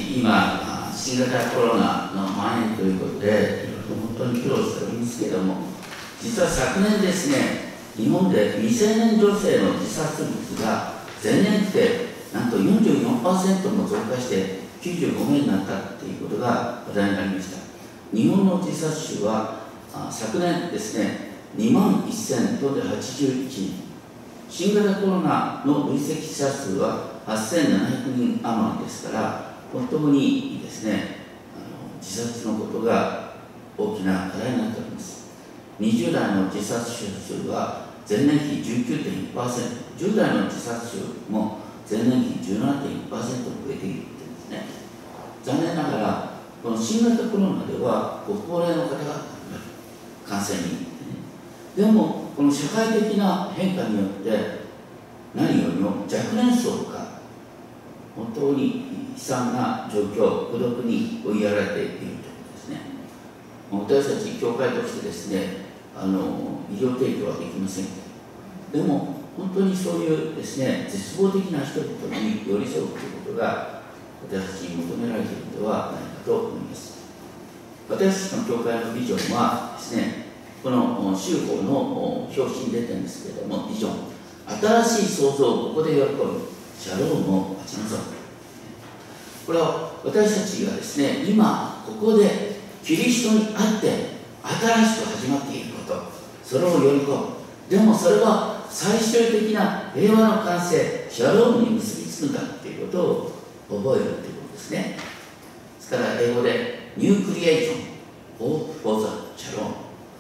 今、新型コロナの蔓延ということで、本当に苦労しておりますけれども、実は昨年ですね、日本で未成年女性の自殺率が前年比でなんと 44% も増加して95名になったということが話題になりました。日本の自殺数は昨年ですね、21,081人、新型コロナの累積死者数は8,700人余りですから、本当にですね、自殺のことが大きな課題になっております。20代の自殺者数は前年比 19.1%、10代の自殺数も前年比 17.1% 増えているというですね。残念ながら、この新型コロナではご高齢の方が感染に、でもこの社会的な変化によって何よりも若年層が本当に悲惨な状況、孤独に追いやられているということですね。私たち教会としてですね、医療提供はできませんけど、でも本当にそういうですね、絶望的な人々に寄り添うということが私たちに求められているのではないかと思います。私たちの教会のビジョンはですね、この修法の表紙に出てるんですけれども、ビジョン、新しい創造をここで喜ぶ、シャロームを待ち望む。これは私たちがですね、今ここでキリストにあって新しく始まっていること、それを喜ぶ。でもそれは最終的な平和の完成、シャロームに結びつくんだということを覚えるということですね。ですから英語でニュークリエーション、Hope for the Shalom。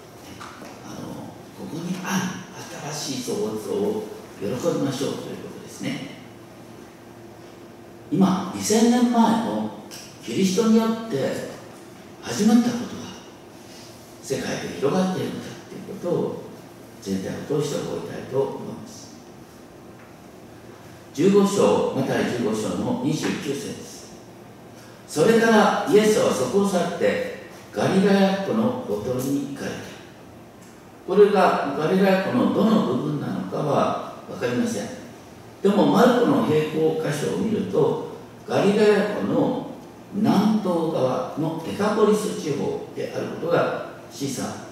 ここにある新しい創造を喜びましょうということですね。今、2000年前のキリストによって始まったことが世界で広がっているんだということを全体を通して覚えたいと思います。15章、マタイ15章の29節です。それからイエスはそこを去ってガリラヤ湖のほとりに行かれた。これがガリラヤ湖のどの部分なのかは分かりません。でもマルコの並行箇所を見ると、ガリラヤ湖の南東側のデカポリス地方であることが示唆されます。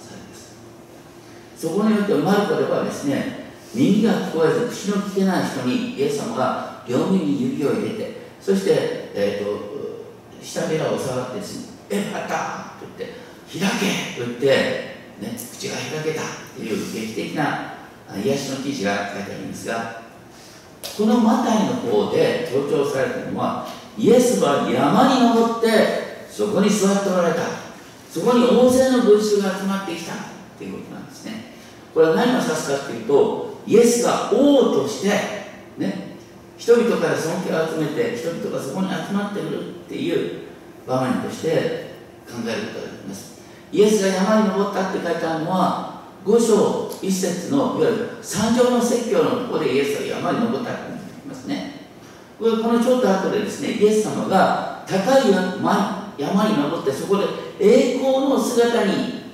そこにおいてマルコではですね、耳が聞こえず口の聞けない人にイエス様が両耳に指を入れて、そして、下べらを触ってですね、エファタと言って開けと言って、ね、口が開けたという劇的な癒しの記事が書いてありますが、このマタイの方で強調されたのは、イエスは山に登ってそこに座っておられた。そこに大勢の群衆が集まってきたということなんですね。これは何を指すかというと、イエスが王として、ね、人々から尊敬を集めて人々がそこに集まってくるっていう場面として考えることができます。イエスが山に登ったって書いてあるのは5章1節のいわゆる三条の説教のところでイエスが山に登ったって書いてありますね。このちょっと後でですね、イエス様が高い山に登ってそこで栄光の姿が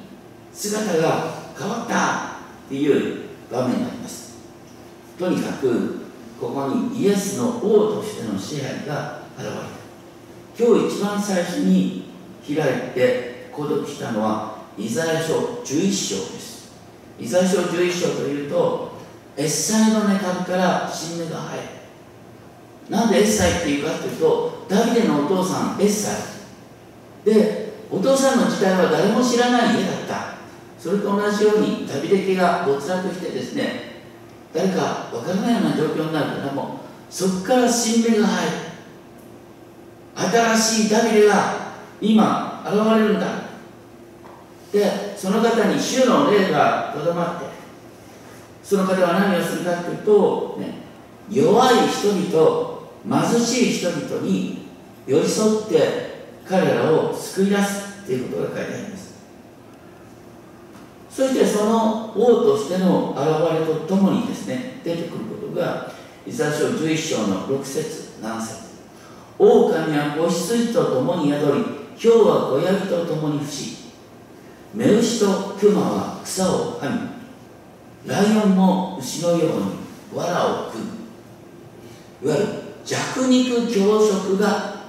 変わったっていう場面があります。とにかくここにイエスの王としての支配が現れた。今日一番最初に開いて購読したのはイザヤ書11章です。イザヤ書11章というと、エッサイの根株から新芽が生える。なんでエッサイっていうかというと、ダビデのお父さんエッサイで、お父さんの時代は誰も知らない家だった。それと同じようにダビデ家が没落してですね、誰か分からないような状況になるけども、そこから新芽が生える。新しいダビデが今現れるんだ。で、その方に主の霊がとどまって、その方は何をするかというと、ね、弱い人々、貧しい人々に寄り添って彼らを救い出すということが書いてあります。そしてその王としての現れとともにですね、出てくることがイザヤ書11章の6節7節。狼は子羊と共に宿り、ヒョウは子ヤギと共に伏し、目牛と熊は草をはみ、ライオンも牛のように藁を食う。いわゆる弱肉強食が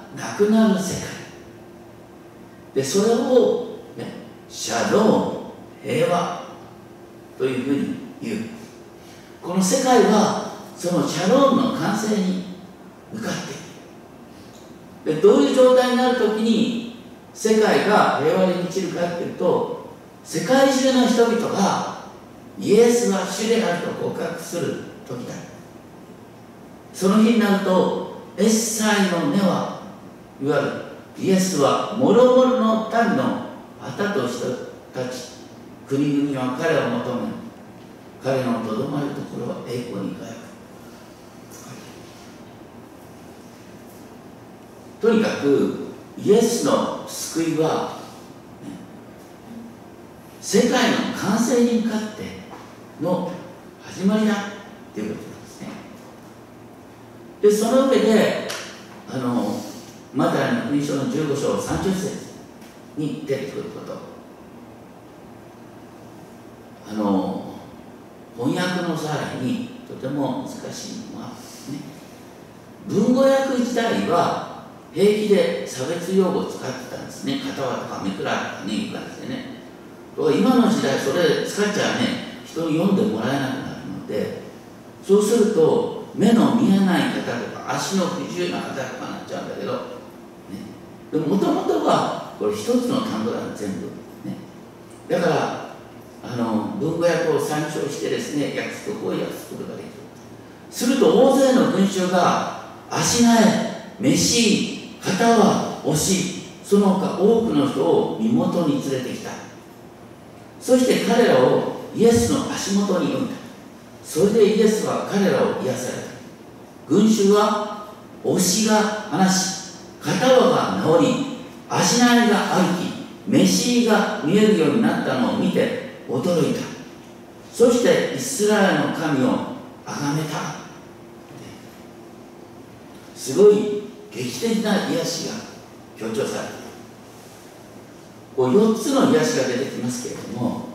なくなる世界で、それを、ね、シャローム、平和というふうに言う。この世界はそのシャロームの完成に向かっている。で、どういう状態になるときに世界が平和に満ちるかというと、世界中の人々がイエスは主であると告白する時だ。その日になると、エッサイの根はいわゆるイエスは諸々の民の旗と人たち、国々は彼を求め、彼のとどまるところは栄光に輝く。とにかくイエスの救いは、世界の完成に向かっての始まりだということなんですね。で、その上でマタイの福音書の15章30節に出てくること、翻訳の際にとても難しいのは、文語訳自体は平気で差別用語を使ってたんですね。片輪とかめくらとかね、いう感じでね。今の時代それ使っちゃね、人に読んでもらえなくなるので、そうすると目の見えない方とか足の不自由な方とかになっちゃうんだけど、でもともとはこれ一つの単語だ、全部、ね、だから文語訳を参照してですね、訳すとこう訳すことができる。すると大勢の群衆が足苗、飯、片は押し、その他多くの人を身元に連れてきた。そして彼らをイエスの足元に置いた。それでイエスは彼らを癒された。群衆は押しが離し、片輪が治り、足苗が歩き、飯が見えるようになったのを見て驚いた。そしてイスラエルの神を崇めた。すごい劇的な癒しが強調されている。こう4つの癒しが出てきますけれども、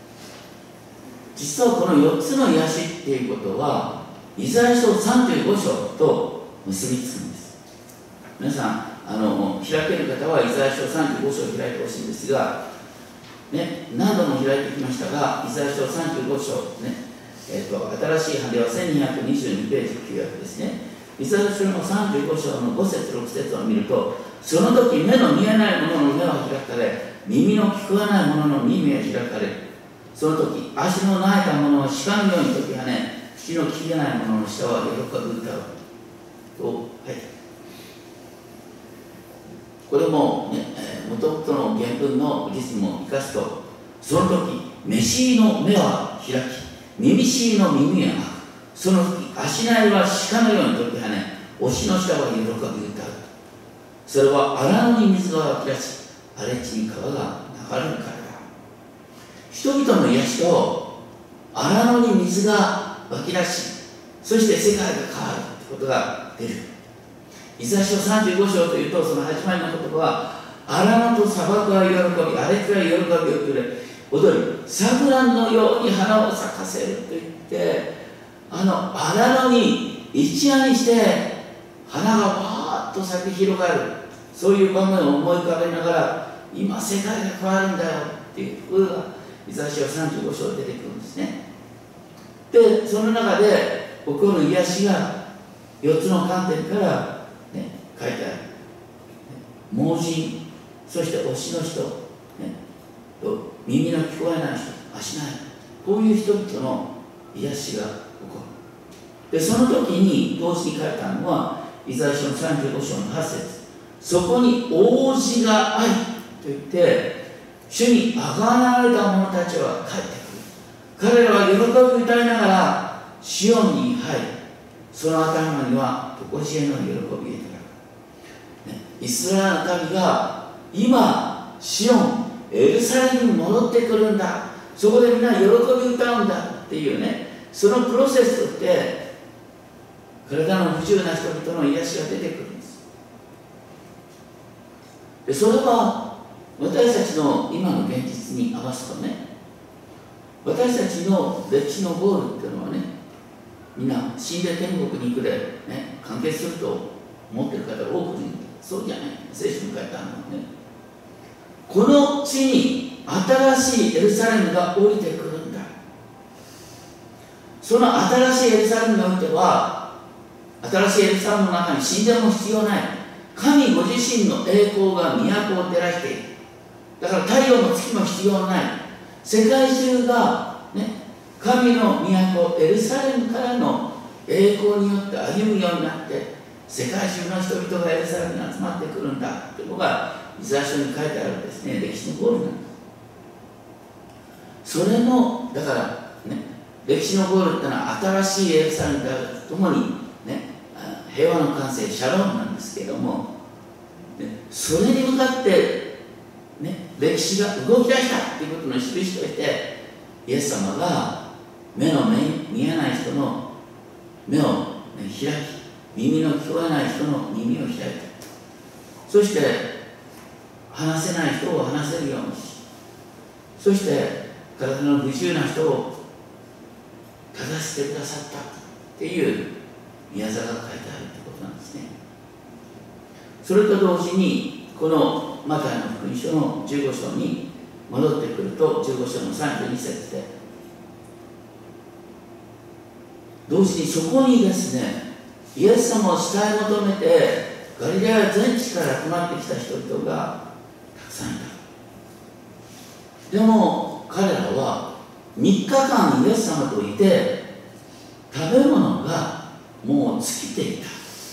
実はこの4つの癒しっていうことはイザヤ書35章と結びつくんです。皆さん開ける方はイザヤ書35章を開いてほしいんですが、ね、何度も開いてきましたが、イザヤ書35章、ね、新しい版では1222ページ旧約ですね。イザヤ書の35章の5節6節を見ると、その時目の見えない者の目は開かれ、耳の聞こえない者の耳が開かれる。その時足の苗えた者は鹿のように解き跳ね、口の聞けない者の舌は喜ぶ歌うと、はい、これもね、元々の原文のリズムを生かすと、その時メシの目は開き、耳しいの耳が開く。その時足苗は鹿のように解き跳ね、推しの舌は喜び歌う。それは荒野に水が湧き出し、荒れ地に川が流れるからだ。人々の癒しと荒野に水が湧き出し、そして世界が変わるということが出る。イザヤ書35章というと、その始まりの言葉は、荒野と砂漠は喜び、荒れ地は喜びを踊り、桜のように花を咲かせると言って、荒野に一夜にして花がわーっと咲き広がる、そういう場面を思い浮かべながら、今世界が変わるんだよっていうことがイザヤ書35章で出てくるんですね。で、その中で起こる癒しが4つの観点から、ね、書いてある。盲人、そして推しの人、ね、と耳の聞こえない人、足ない、こういう人々の癒しが起こる。で、その時に同時に書いたのはイザヤ書の35章の8節、そこに王子がありと言って、主にあがなわれた者たちは帰ってくる。彼らは喜び歌いながらシオンに入り、その頭には常しえの喜びが出る。イスラエルの神が今シオン、エルサレムに戻ってくるんだ、そこでみんな喜び歌うんだっていうね、そのプロセスとして体の不自由な人々の癒しが出てくるんです。で、それは私たちの今の現実に合わすとね、私たちの歴史のゴールっていうのはね、みんな死んで天国に行くで、ね、関係すると思っている方が多くいる。 そうじゃない。聖書に書いてあるのはね、この地に新しいエルサレムが降りてくるんだ。その新しいエルサレムにおいては、新しいエルサレムの中に神殿も必要ない。神ご自身の栄光が都を照らしている。だから太陽も月も必要ない。世界中が、ね、神の都エルサレムからの栄光によって歩むようになって、世界中の人々がエルサレムに集まってくるんだというのがイザヤ書に書いてあるんですね。歴史のゴールなんです。それのだからね、歴史のゴールってのは新しいエルサレムであるとともに、ね、平和の完成、シャロームなんですけれども、ね、それに向かって、ね、歴史が動き出したということの印として、イエス様が見えない人の目を、ね、開き、耳の聞こえない人の耳を開いた。そして話せない人を話せるようにし、そして体の不自由な人を正してくださったっていう宮沢が書いてあるってことなんですね。それと同時にこのマタイの福音書の15章に戻ってくると、15章の32節で同時にそこにですね、イエス様を慕い求めてガリレア全地から集まってきた人々がたくさんいた。でも彼らは3日間イエス様といて食べ物がもう尽きていた。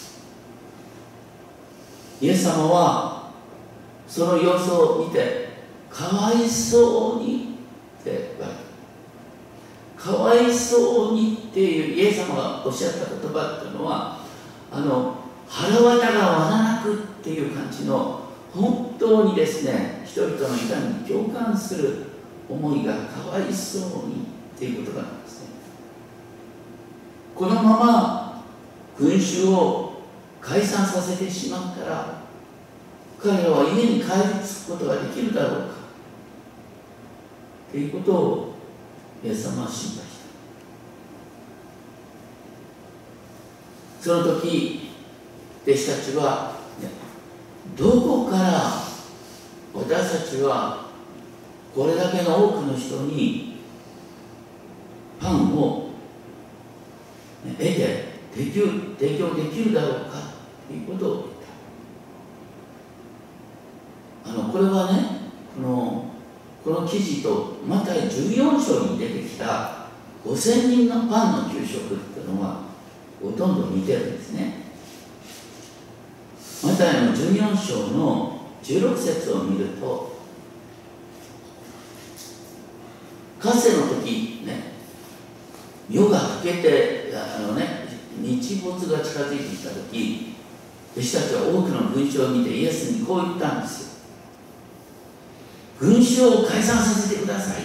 イエス様はその様子を見てかわいそうにって言われた。かわいそうにっていうイエス様がおっしゃった言葉っていうのは、腹渡がわらなくっていう感じの、本当にですね、人々の痛みに共感する思いがかわいそうにっていうことなんですね。このまま群衆を解散させてしまったら、彼らは家に帰り着くことができるだろうかということをイエス様は心配した。その時弟子たちは、ね、どこから私たちはこれだけの多くの人にパンを、ね、得て提供できるだろうかということを言った。これはね、この記事とマタイ14章に出てきた5000人のパンの給食っていうのはほとんど似てるんですね。マタイの14章の16節を見ると、カセの時ね、夜が更けて日没が近づいてきた時、弟子たちは多くの群衆を見てイエスにこう言ったんですよ。群衆を解散させてください。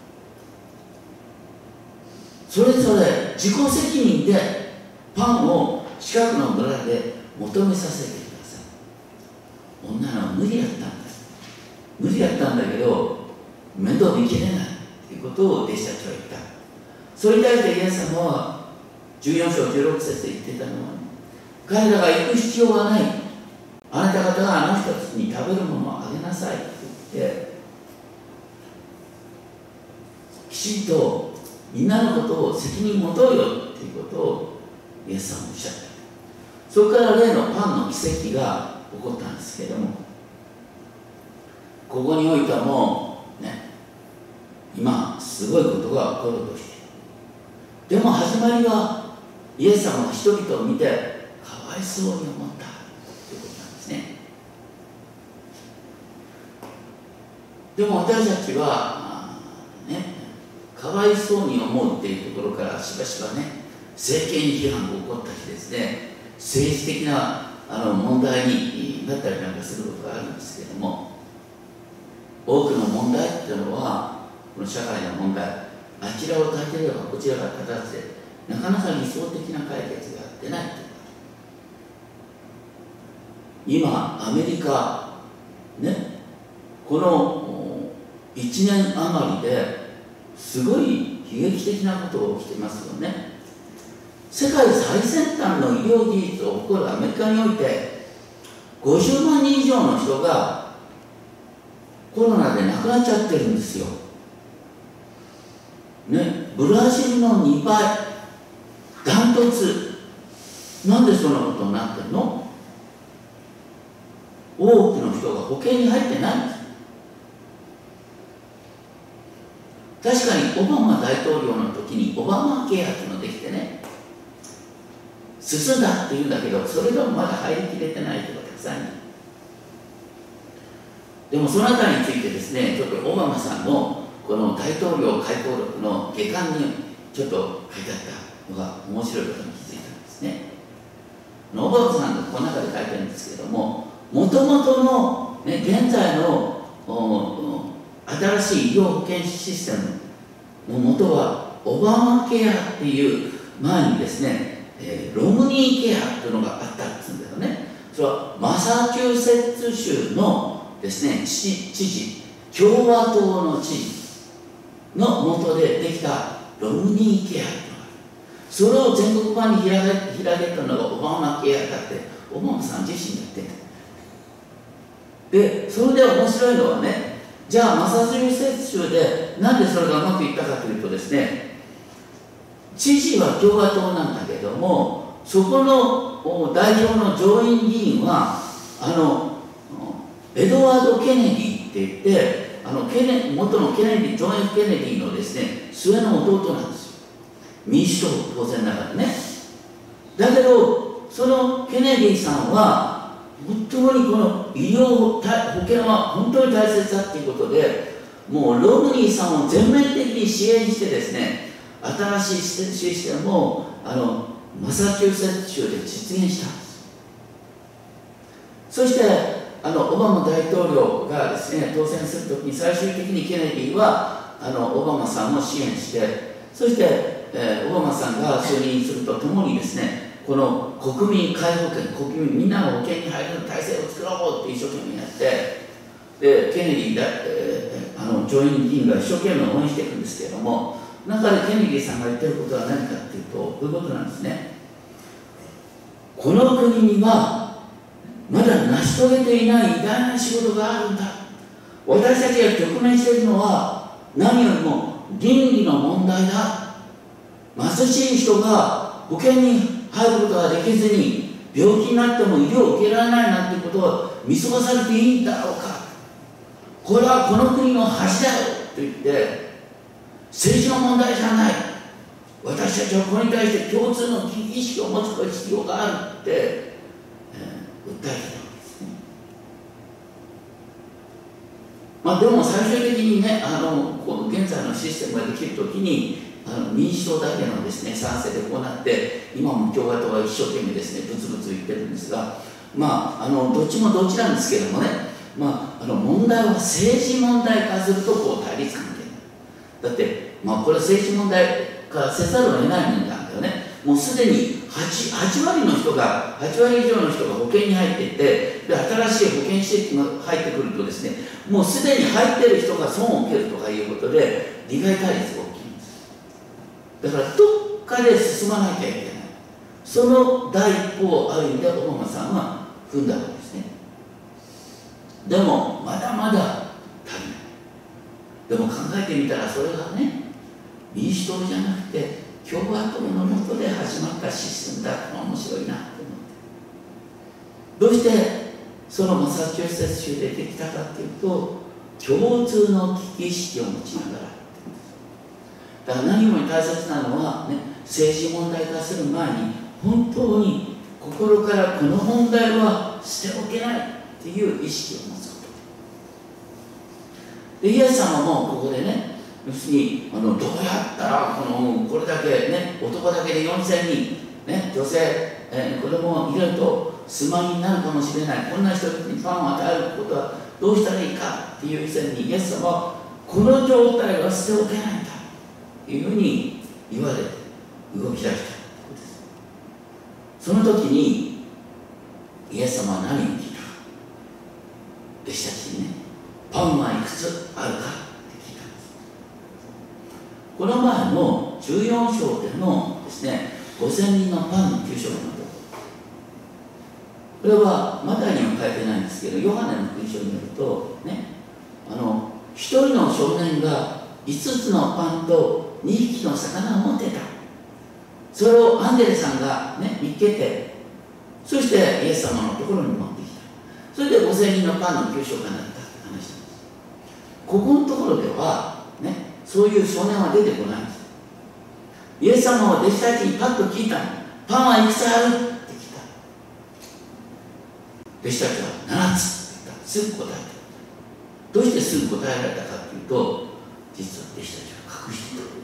それぞれ自己責任でパンを近くの村で求めさせてください。女のは無理やったんだ。無理やったんだけど面倒見きれないということを弟子たちは言った。それに対してイエス様は14章16節で言っていたのは、彼らが行く必要はない。あなた方があの人たちに食べるものをあげなさいと言って、きちんとみんなのことを責任持とうよということをイエス様はおっしゃった。そこから例のパンの奇跡が起こったんですけれども、ここにおいてはもうね、今すごいことが起ころうとしている。でも始まりはイエス様が人々を見てかわいそうに思ったということなんですね。でも私たちはね、かわいそうに思うっていうところからしばしばね、政権批判が起こったりですね、政治的な問題になったりなんかすることがあるんですけれども、多くの問題っていうのはこの社会の問題、あちらを立てればこちらが立たずで、なかなか理想的な解決が出ないということ。今アメリカね、この1年余りですごい悲劇的なことが起きてますよね。世界最先端の医療技術を誇るアメリカにおいて、 50万人以上の人がコロナで亡くなっちゃってるんですよ。ね、ブラジルの2倍、ダントツ。なんでそんなことになってるの？多くの人が保険に入ってないんです。確かにオバマ大統領の時にオバマケアっていうのができてね、進んだっていうんだけど、それでもまだ入りきれてない人がたくさんいる。でもそのあたりについてですね、ちょっとオバマさんのこの大統領回顧録の下巻にちょっと書いてあったのが面白いことに気づいたんですね。オバマさんがこの中で書いてるんですけれども、もともとの、ね、現在の新しい医療保険システムの元はオバマケアっていう前にですね、ロムニーケアというのがあったんですけどね、それはマサチューセッツ州のですね、知事、共和党の知事の下でできたロムニーケアというのがある。それを全国版に広げたのがオバマケアだって、オバマさん自身が言ってる。で、それで面白いのはね、じゃあマサチューセッツ州でなんでそれがうまくいったかというとですね、知事は共和党なんだけども、そこの代表の上院議員はエドワード・ケネディって言って元のジョン・F・ケネディのですね、末の弟なんですよ。民主党当然ながらね。だけどそのケネディさんは本当にこの医療保険は本当に大切だっていうことで、もうロムニーさんを全面的に支援してですね、新しいシステムをマサチューセッツ州で実現したんです。そしてオバマ大統領がですね、当選するときに最終的にケネディはオバマさんを支援して、そして、オバマさんが就任するとともにですね、この国民皆保険、みんなの保険に入る体制を作ろうって一生懸命やって、でケネディ上院議員が一生懸命応援していくんですけれども、中でケネディさんが言ってることは何かっていうと、こういうことなんですね。この国にはまだ成し遂げていない偉大な仕事があるんだ。私たちが直面しているのは何よりも倫理の問題だ。貧しい人が保険に入ることができずに病気になっても医療を受けられないなんていうことを見過ごされていいんだろうか。これはこの国の恥だよと言って、政治の問題じゃない、私たちはこれに対して共通の危機意識を持つ必要があるって、訴えてたわけですね。でも最終的にね、この現在のシステムができるときに民主党だけのですね賛成でこうなって、今も共和党は一生懸命ですねブツブツ言ってるんですが、どっちもどっちなんですけどもね、問題は政治問題化するとこう対立関係だって、これ政治問題化せざるを得ないんだよね。もうすでに8割の人が、8割以上の人が保険に入っていて、で新しい保険施設が入ってくるとですね、もうすでに入っている人が損を受けるとかいうことで利害対立が起きるんです。だからどっかで進まなきゃいけない。その第一歩をある意味でオバマさんは踏んだわけですね。でもまだまだ足りない。でも考えてみたら、それがね、民主党じゃなくて共和党の下で始まったシステムだって面白いなと思って、どうしてそのマサチューセッツ州でできたかっていうと、共通の危機意識を持ちながら。だから何より大切なのは、ね、政治問題化する前に本当に心からこの問題は捨ておけないっていう意識を持つことで、イエス様もここでね、要するにどうやったらこれだけね、男だけで4000人、ね、女性、子供を入れると数万人になるかもしれない、こんな人にパンを与えることはどうしたらいいかっていう以前に、イエス様はこの状態は捨ておけないんだというふうに言われて動き出したということです。その時にイエス様は何を聞いたか。弟子たちにね、パンはいくつあるか。この前の14章でのですね、5000人のパンの給食のところ、ここれはマタイには書いてないんですけど、ヨハネの福音書によるとね、一人の少年が5つのパンと2匹の魚を持ってた。それをアンデレさんがね、見つけて、そしてイエス様のところに持ってきた。それで5000人のパンの給食がなったって話なんです。ここのところではね、そういう少年は出てこないんです。イエス様は弟子たちにパッと聞いたの。パンはいくつあるって聞いた。弟子たちは7つって言った。すぐ答えた。どうしてすぐ答えられたかというと、実は弟子たちは隠していた。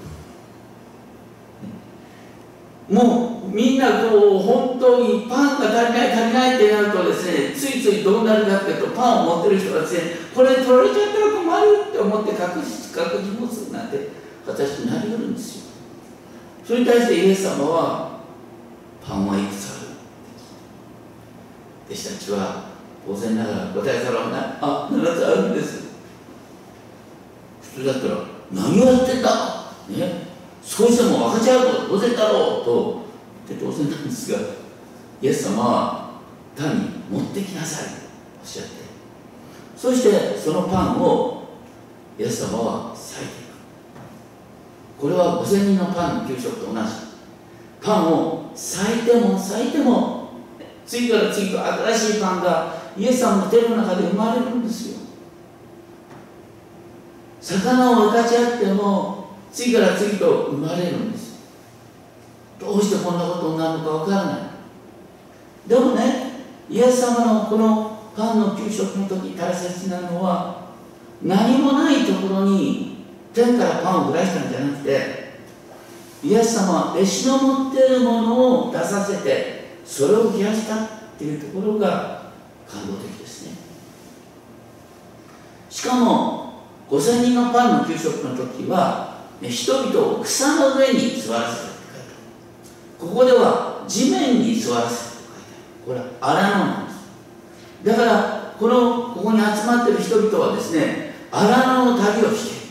もうみんなこう本当にパンが足りないってなるとですね、ついついどうなるかっていうと、パンを持ってる人がですね、これ取られちゃったら困るって思って確認もするなんて形になりうるんですよ。それに対してイエス様は、パンはいくつあるって聞いて、弟子たちは当然ながら答えざるを得ない。あ、7つあるんです。普通だったら、何をやってんだね、少しでも分かち合うと当然だろうと言って当然なんですが、イエス様は単に持ってきなさいとおっしゃって、そしてそのパンをイエス様は裂いていく。これは5000人のパンの給食と同じ。パンを裂いても裂いても、次から次と新しいパンがイエス様の手の中で生まれるんですよ。魚を分かち合っても次から次と生まれるんです。どうしてこんなことになるのか分からない。でもね、イエス様のこのパンの給食の時大切なのは、何もないところに天からパンを降らしたんじゃなくて、イエス様は弟子の持っているものを出させて、それを増やしたっていうところが感動的ですね。しかも5000人のパンの給食の時は、人々を草の上に座らせたって書いてある。ここでは地面に座らせたって書いてある。これは荒野なんです。だからここに集まっている人々はですね、荒野の旅をしている。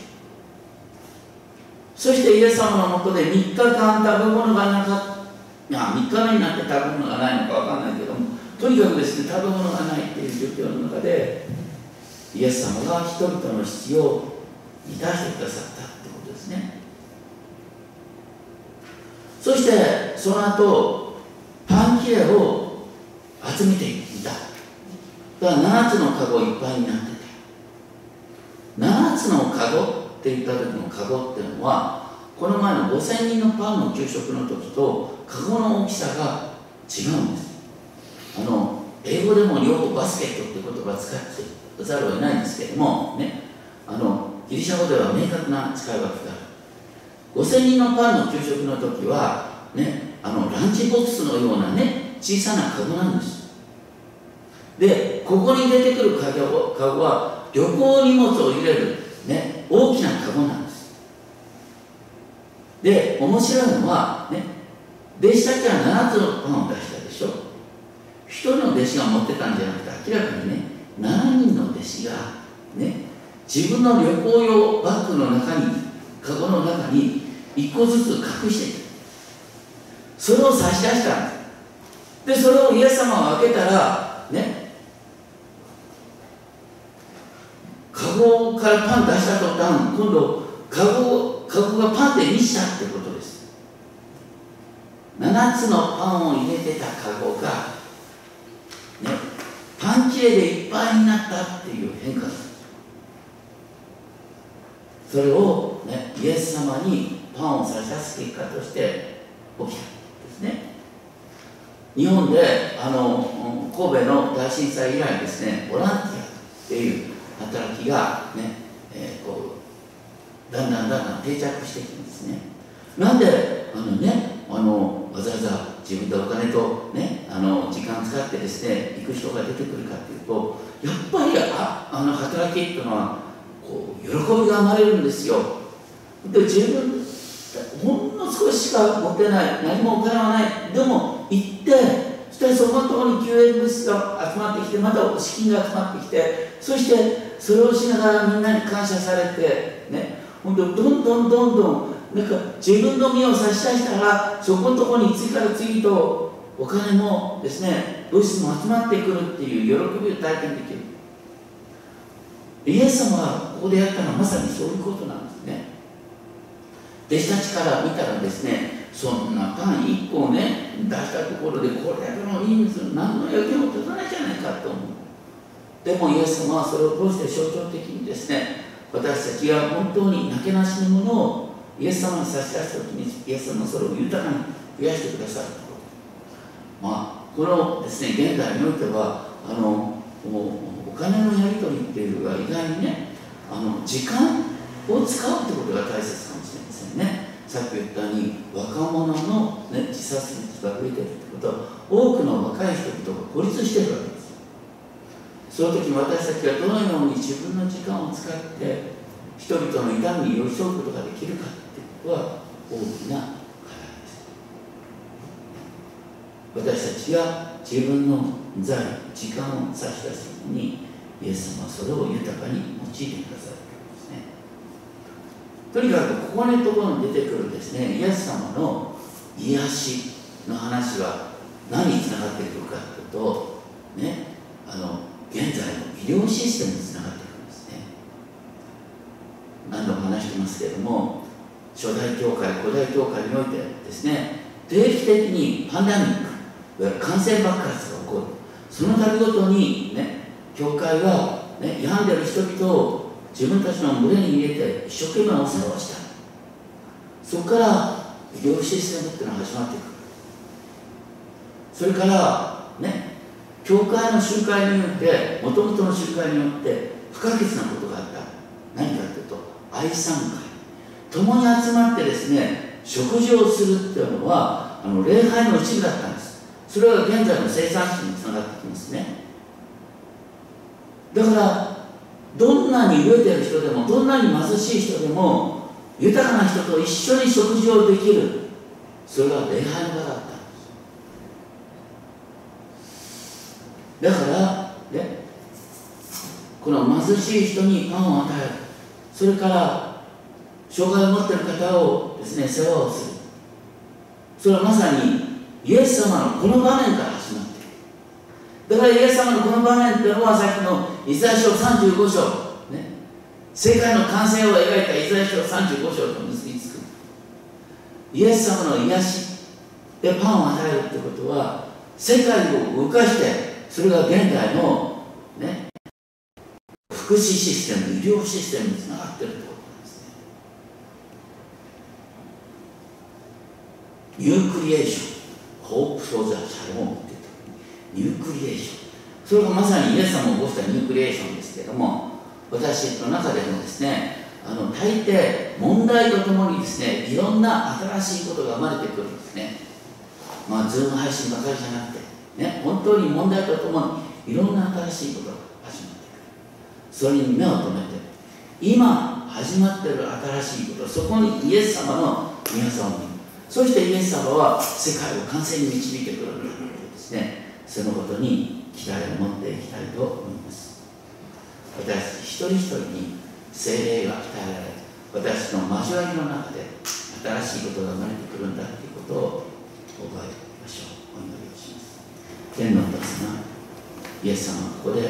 そしてイエス様のもとで3日間食べ物がなかった。いや、3日目になって食べ物がないのか分かんないけども、とにかくですね、食べ物がないっていう状況の中で、イエス様が人々の必要を満たしてくださったってことですね。そしてその後パン切れを集めていた。だから7つのカゴいっぱいになってて、7つのカゴって言った時のカゴっていうのは、この前の5000人のパンの給食の時とカゴの大きさが違うんです。英語でも両方バスケットって言葉を使ってざるを得ないんですけどもね、ギリシャ語では明確な使い分けがある。5000人のパンの給食の時はね、ランチボックスのようなね、小さなカゴなんです。で、ここに出てくるカゴは旅行荷物を入れる、ね、大きなカゴなんです。で、面白いのはね、弟子たちは7つのパンを出したでしょ。1人の弟子が持ってたんじゃなくて、明らかにね、7人の弟子がね、自分の旅行用バッグの中に、カゴの中に1個ずつ隠していた。それを差し出したんです。で、それをイエス様が開けたらね、カゴからパン出した途端、今度カゴがパンで満ちたってことです。7つのパンを入れてたカゴがね、パン切れでいっぱいになったっていう変化です。それを、ね、イエス様にパンを差し出す結果として起きたんですね。日本で神戸の大震災以来ですね、ボランティアっていう働きがね、だんだん定着してきてですね。なんでわざわざ自分でお金とね、時間使ってですね、行く人が出てくるかっていうと、やっぱり働きっていうのは喜びが生まれるんですよ。で、自分ほんの少ししか持ってない、何もお金はない、でも行って、そしてそこのところに救援物資が集まってきて、また資金が集まってきて、そしてそれをしながらみんなに感謝されてね、本当どんどんなんか自分の身を差し出したら、そこのところに次から次とお金もですね、物質も集まってくるっていう喜びを体験できる。イエス様がここでやったのはまさにそういうことなんですね。弟子たちから見たらですね、そんなパン1個をね、出したところでこれだけの人数、何の役にも立たないじゃないかと思う。でもイエス様はそれを通して象徴的にですね、私たちが本当になけなしのものをイエス様に差し出したときに、イエス様はそれを豊かに増やしてくださると。このですね、現代においてはお金のやり取りっていうのが意外にね、時間を使うってことが大切かもしれませんね。さっき言ったように若者の、ね、自殺率が増えているってことは、多くの若い人々が孤立しているわけです。その時私たちがどのように自分の時間を使って人々の痛みに寄り添うことができるかっていうことは大きな課題です。私たちが自分の財、時間を差し出すときに、イエス様はそれを豊かに用いてくださるということですね。とにかくここのところに出てくるですね、イエス様の癒しの話は何につながってくるかというと、ね、現在の医療システムにつながってくるんですね。何度も話してますけれども、初代教会、古代教会においてですね、定期的にパンデミック、いわゆる感染爆発が起こる。その度ごとに、ね、教会は、ね、病んでいる人々を自分たちの群れに入れて一生懸命お世話をした。そこから医療システムっていうのが始まってくる。それからね、教会の集会によって、もともとの集会によって不可欠なことがあった。何かというと、愛賛会。共に集まってですね、食事をするっていうのは礼拝の一部だったんです。それが現在の生産式につながってきますね。だからどんなに飢えてる人でも、どんなに貧しい人でも、豊かな人と一緒に食事をできる、それが礼拝の場だったんです。だからね、この貧しい人にパンを与える、それから障害を持っている方をですね、世話をする。それはまさにイエス様のこの場面から始まっている。だからイエス様のこの場面というのは、さっきのイザヤ書35章、ね、世界の完成を描いたイザヤ書35章と結びつく。イエス様の癒しでパンを与えるということは、世界を動かして、それが現代の、ね、福祉システム、医療システムにつながっているということなんですね。ニュークリエーション、ホープ・フォー・ザ・シャローンって言うと、ニュークリエーション、それがまさにイエス様を起こしたニュークリエーションですけれども、私の中でもですね、大抵問題とともにですね、いろんな新しいことが生まれてくるんですね。ズーム配信ばかりじゃなくて、ね、本当に問題とともにいろんな新しいことが始まってくる。それに目を留めて、今始まっている新しいこと、そこにイエス様の皆さんを見る。そしてイエス様は世界を完成に導いてくるんだというですね、そのことに期待を持っていきたいと思います。私一人一人に聖霊が与えられ、私の交わりの中で新しいことが生まれてくるんだということを覚えておきましょう。お祈りをします。天のお父様、イエス様はここで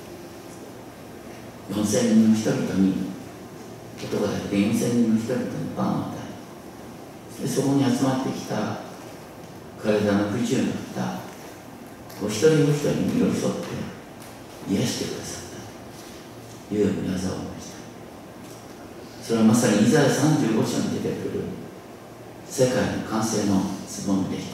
4000人の人々に、男だけで4000人の人々にパンを与え、でそこに集まってきた体の不自由な方、お一人お一人に寄り添って癒してくださったという御業を思いました。それはまさにイザヤ35章に出てくる世界の完成のつぼみでした。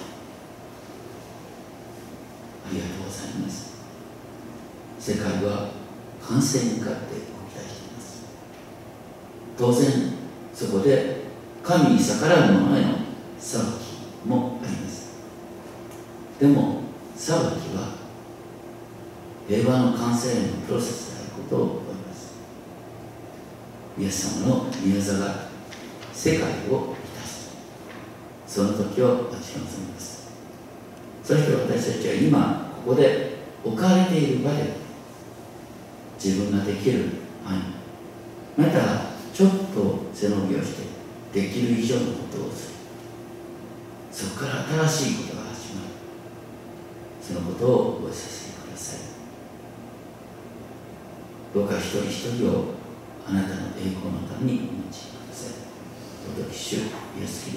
ありがとうございます。世界は完成に向かって動き出しています。当然そこで神に逆らう者への裁きもあります。でも裁きは平和の完成へのプロセスであることを思います。イエス様の御業が世界を満たす、その時を待ち望みます。そして私たちは今ここで置かれている場で自分ができる範囲、またちょっと背伸びをしてできる以上のことをする。そこから新しいことが始まる。 そのことを覚えさせてください。どうか一人一人をあなたの栄光のためにお持ちください。尊き主イエス